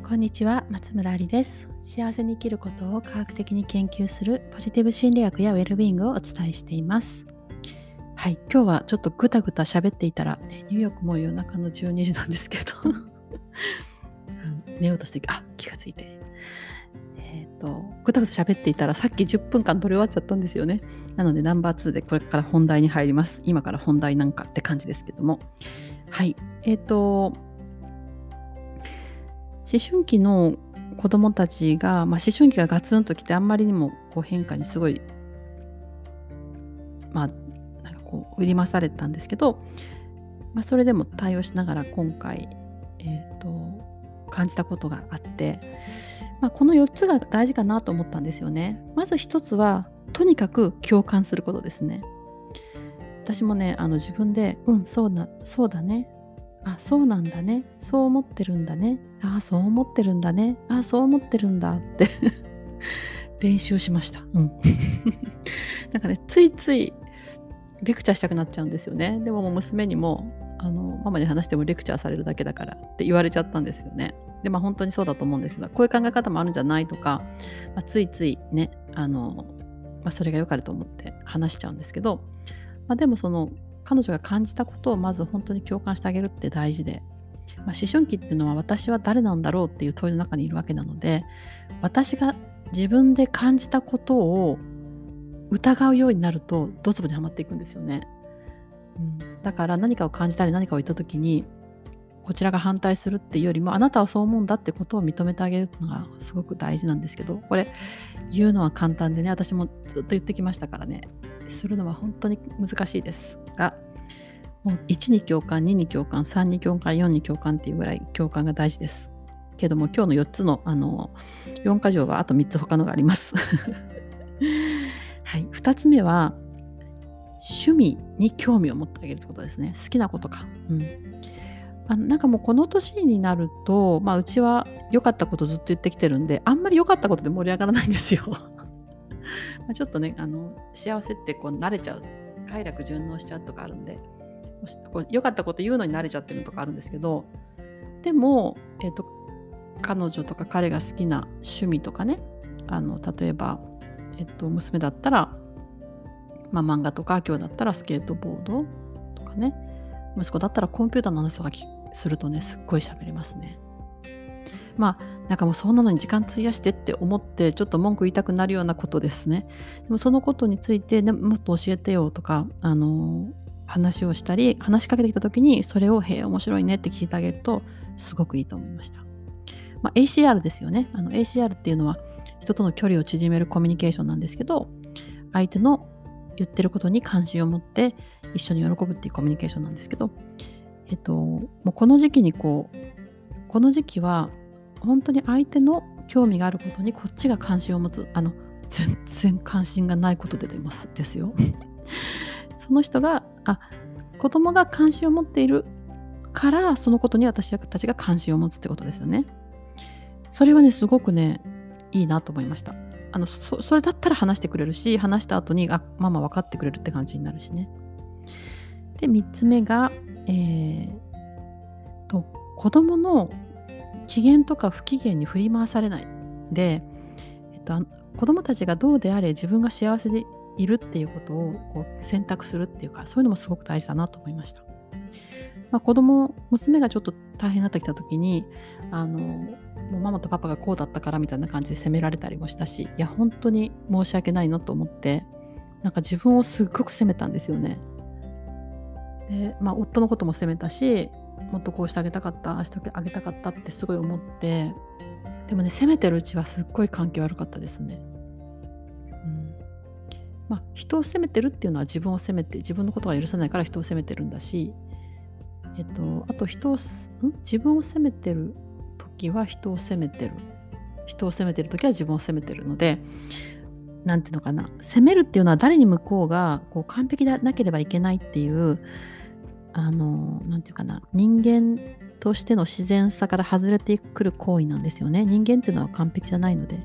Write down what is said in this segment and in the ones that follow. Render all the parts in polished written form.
こんにちは、松村ありです。幸せに生きることを科学的に研究するポジティブ心理学やウェルビーイングをお伝えしています。はい、今日はちょっとぐたぐた喋っていたら、ニューヨークもう夜中の12時なんですけど寝ようとして気がついて、ぐたぐた喋っていたらさっき10分間撮り終わっちゃったんですよね。なのでナンバー2でこれから本題に入ります。今から本題なんかって感じですけども、はい、思春期の子どもたちが、思春期がガツンときてあんまりにもこう変化にすごい、振り回されたんですけど、それでも対応しながら今回、感じたことがあって、この4つが大事かなと思ったんですよね。まず1つは、とにかく共感することですね。私もね、自分で、そうだね。そうなんだね。そう思ってるんだね。そう思ってるんだね。そう思ってるんだって練習しました。なんかね、ついついレクチャーしたくなっちゃうんですよね。でももう娘にも、ママに話してもレクチャーされるだけだからって言われちゃったんですよね。で、本当にそうだと思うんですが、こういう考え方もあるんじゃないとか、ついついね、それが良かれと思って話しちゃうんですけど、でも彼女が感じたことをまず本当に共感してあげるって大事で、思春期っていうのは私は誰なんだろうっていう問いの中にいるわけなので、私が自分で感じたことを疑うようになるとドツボにはまっていくんですよね。だから何かを感じたり何かを言った時に、こちらが反対するっていうよりも、あなたはそう思うんだってことを認めてあげるのがすごく大事なんですけど、これ言うのは簡単でね、私もずっと言ってきましたからね、するのは本当に難しいですが、もう1に共感、2に共感、3に共感、4に共感っていうぐらい共感が大事です。けども今日の4つの4箇条はあと3つ他のがあります。はい、2つ目は趣味に興味を持ってあげるってことですね。好きなことか。なんかもうこの年になると、うちは良かったことずっと言ってきてるんで、あんまり良かったことで盛り上がらないんですよ。ちょっとね、幸せってこう慣れちゃう、快楽順応しちゃうとかあるんで、こう良かったこと言うのに慣れちゃってるのとかあるんですけど、でも、彼女とか彼が好きな趣味とかね、例えば、娘だったら、漫画とか、今日だったらスケートボードとかね、息子だったらコンピューターの話とかするとね、すっごい喋りますね。なんかもうそんなのに時間費やしてって思ってちょっと文句言いたくなるようなことですね。でもそのことについて、ね、もっと教えてよとか、話をしたり、話しかけてきた時にそれを「へえ、面白いね」って聞いてあげるとすごくいいと思いました。ACR ですよね。ACR っていうのは人との距離を縮めるコミュニケーションなんですけど、相手の言ってることに関心を持って一緒に喜ぶっていうコミュニケーションなんですけど、もうこの時期は本当に相手の興味があることにこっちが関心を持つ、全然関心がないことでですよ。その人が、子供が関心を持っているから、そのことに私たちが関心を持つってことですよね。それはね、すごくね、いいなと思いました。それだったら話してくれるし、話した後に、ママ分かってくれるって感じになるしね。で、3つ目が、子供の機嫌とか不機嫌に振り回されない。で、子供たちがどうであれ自分が幸せでいるっていうことをこう選択するっていうか、そういうのもすごく大事だなと思いました。娘がちょっと大変になってきた時に、もうママとパパがこうだったからみたいな感じで責められたりもしたし、いや本当に申し訳ないなと思って、なんか自分をすっごく責めたんですよね。で、夫のことも責めたし、もっとこうしてあげたかった、ああしてあげたかったってすごい思って、でもね、責めてるうちはすっごい関係悪かったですね。人を責めてるっていうのは自分を責めて、自分のことが許せないから人を責めてるんだし、あと自分を責めてる時は人を責めてる。人を責めてる時は自分を責めてるので、なんていうのかな、責めるっていうのは誰に向こうがこう完璧でなければいけないっていう、なんていうかな、人間としての自然さから外れてくる行為なんですよね。人間っていうのは完璧じゃないので。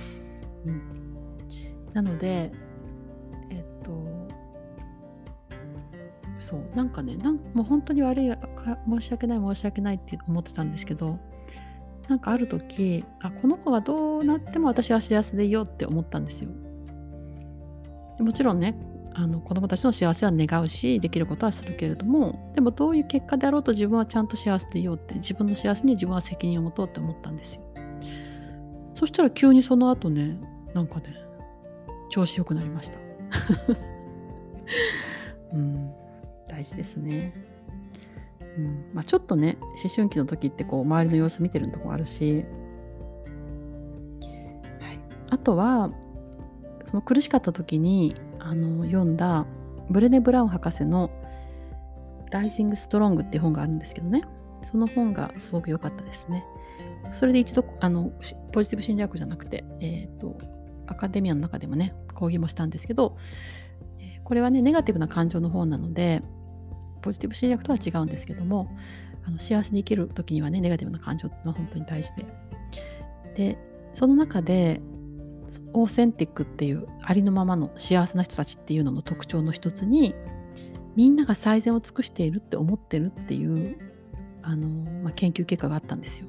なので、そう、もう本当に申し訳ないって思ってたんですけど、 なんかある時、この子がどうなっても私は幸せでいようって思ったんですよ。でもちろんね、子供たちの幸せは願うし、できることはするけれども、でもどういう結果であろうと自分はちゃんと幸せでいようって、自分の幸せに自分は責任を持とうって思ったんですよ。そしたら急にその後ね、なんかね、調子良くなりました。うん、大事ですね。ちょっとね、思春期の時ってこう周りの様子見てるとこあるし、はい、あとはその苦しかった時に読んだブレネ・ブラウン博士のライジング・ストロングっていう本があるんですけどね、その本がすごく良かったですね。それで一度ポジティブ心理学じゃなくて、アカデミアの中でもね講義もしたんですけど、これはねネガティブな感情の方なのでポジティブ心理学とは違うんですけども、幸せに生きる時にはねネガティブな感情は本当に大事で、その中でオーセンティックっていうありのままの幸せな人たちっていうのの特徴の一つに、みんなが最善を尽くしているって思ってるっていう研究結果があったんですよ。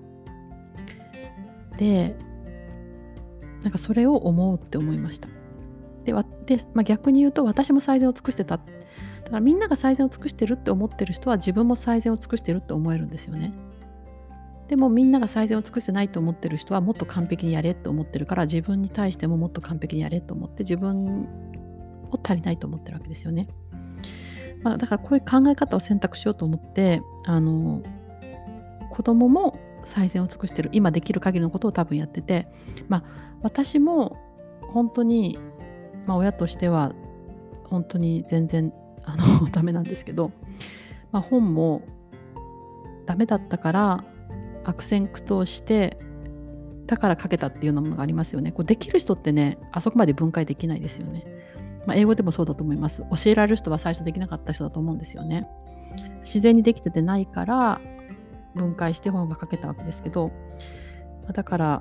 で、なんかそれを思うって思いました。で、逆に言うと私も最善を尽くしてた。だからみんなが最善を尽くしてるって思ってる人は自分も最善を尽くしてるって思えるんですよね。でもみんなが最善を尽くしてないと思ってる人はもっと完璧にやれって思ってるから、自分に対してももっと完璧にやれと思って自分を足りないと思ってるわけですよね。だからこういう考え方を選択しようと思って子供も最善を尽くしてる、今できる限りのことを多分やってて、私も本当に、親としては本当に全然ダメなんですけど、本もダメだったから悪戦苦闘してだから書けたっていうようなものがありますよね。こうできる人ってね、あそこまで分解できないですよね。英語でもそうだと思います。教えられる人は最初できなかった人だと思うんですよね。自然にできててないから分解して本が書けたわけですけど、だから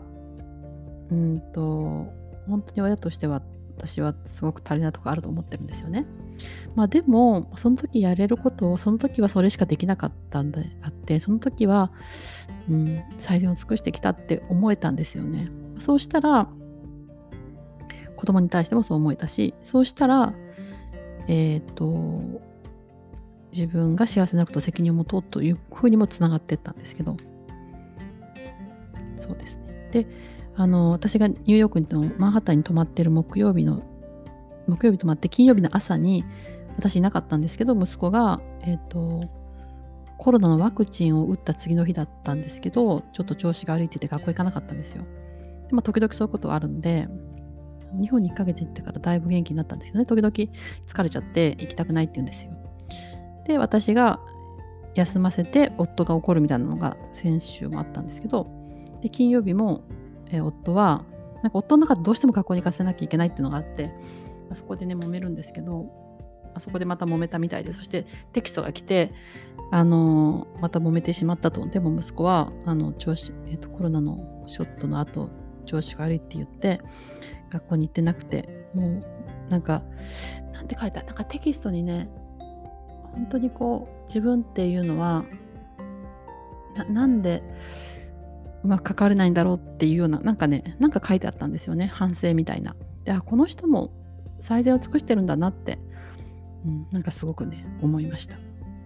本当に親としては私はすごく足りないところあると思ってるんですよね。でもその時やれることをその時はそれしかできなかったんであって、その時は、最善を尽くしてきたって思えたんですよね。そうしたら子供に対してもそう思えたし、そうしたら自分が幸せになることを責任を持とうというふうにもつながっていったんですけど、そうですね。で、私がニューヨークのマンハッタンに泊まってる木曜日泊まって金曜日の朝に、私いなかったんですけど、息子がコロナのワクチンを打った次の日だったんですけど、ちょっと調子が悪いって言って学校行かなかったんですよ。で、時々そういうことはあるんで、日本に1ヶ月行ってからだいぶ元気になったんですよね。時々疲れちゃって行きたくないって言うんですよ。で、私が休ませて夫が怒るみたいなのが先週もあったんですけど、で、金曜日も、夫はなんか夫の中でどうしても学校に行かせなきゃいけないっていうのがあって、そこでね揉めるんですけど、そこでまた揉めたみたいで、そしてテキストが来て、また揉めてしまったと。でも息子はコロナのショットの後調子が悪いって言って学校に行ってなくて、もうなんて書いてある、なんかテキストにね、本当にこう自分っていうのはなんでうまく関われないんだろうっていうような、なんか書いてあったんですよね、反省みたいな。で、この人も最善を尽くしてるんだなって、なんかすごくね思いました。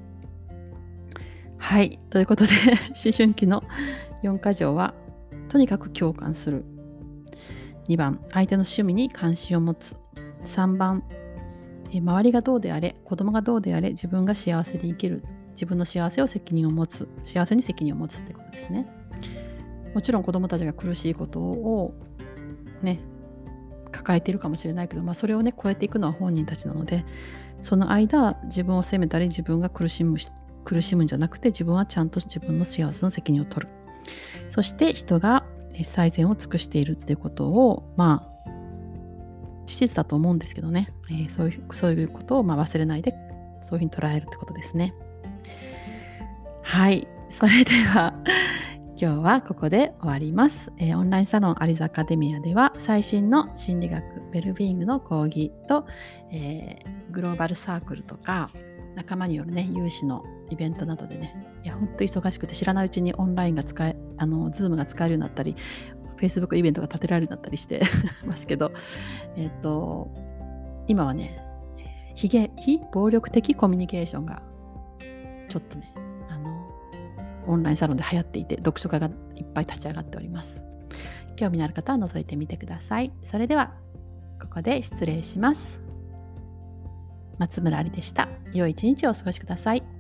はい、ということで思春期の4か条は、とにかく共感する。2番、相手の趣味に関心を持つ。3番、周りがどうであれ、子供がどうであれ、自分が幸せで生きる。自分の幸せに責任を持つってことですね。もちろん子供たちが苦しいことをね抱えているかもしれないけど、それをね超えていくのは本人たちなので、その間自分を責めたり自分が苦しむんじゃなくて、自分はちゃんと自分の幸せの責任を取る。そして人が最善を尽くしているっていうことを事実だと思うんですけどね、そういうことを忘れないで、そういうふうに捉えるってことですね。はい、それでは今日はここで終わります。オンラインサロンアリザアカデミアでは最新の心理学、ウェルビーイングの講義と、グローバルサークルとか仲間によるね有志のイベントなどでねいや、ほんと忙しくて知らないうちにオンラインが使えZoom が使えるようになったり、Facebook イベントが立てられるようになったりしてますけど、えっと、今はね、非暴力的コミュニケーションがちょっとね、オンラインサロンで流行っていて、読書家がいっぱい立ち上がっております。興味のある方は覗いてみてください。それでは、ここで失礼します。松村ありでした。良い一日をお過ごしください。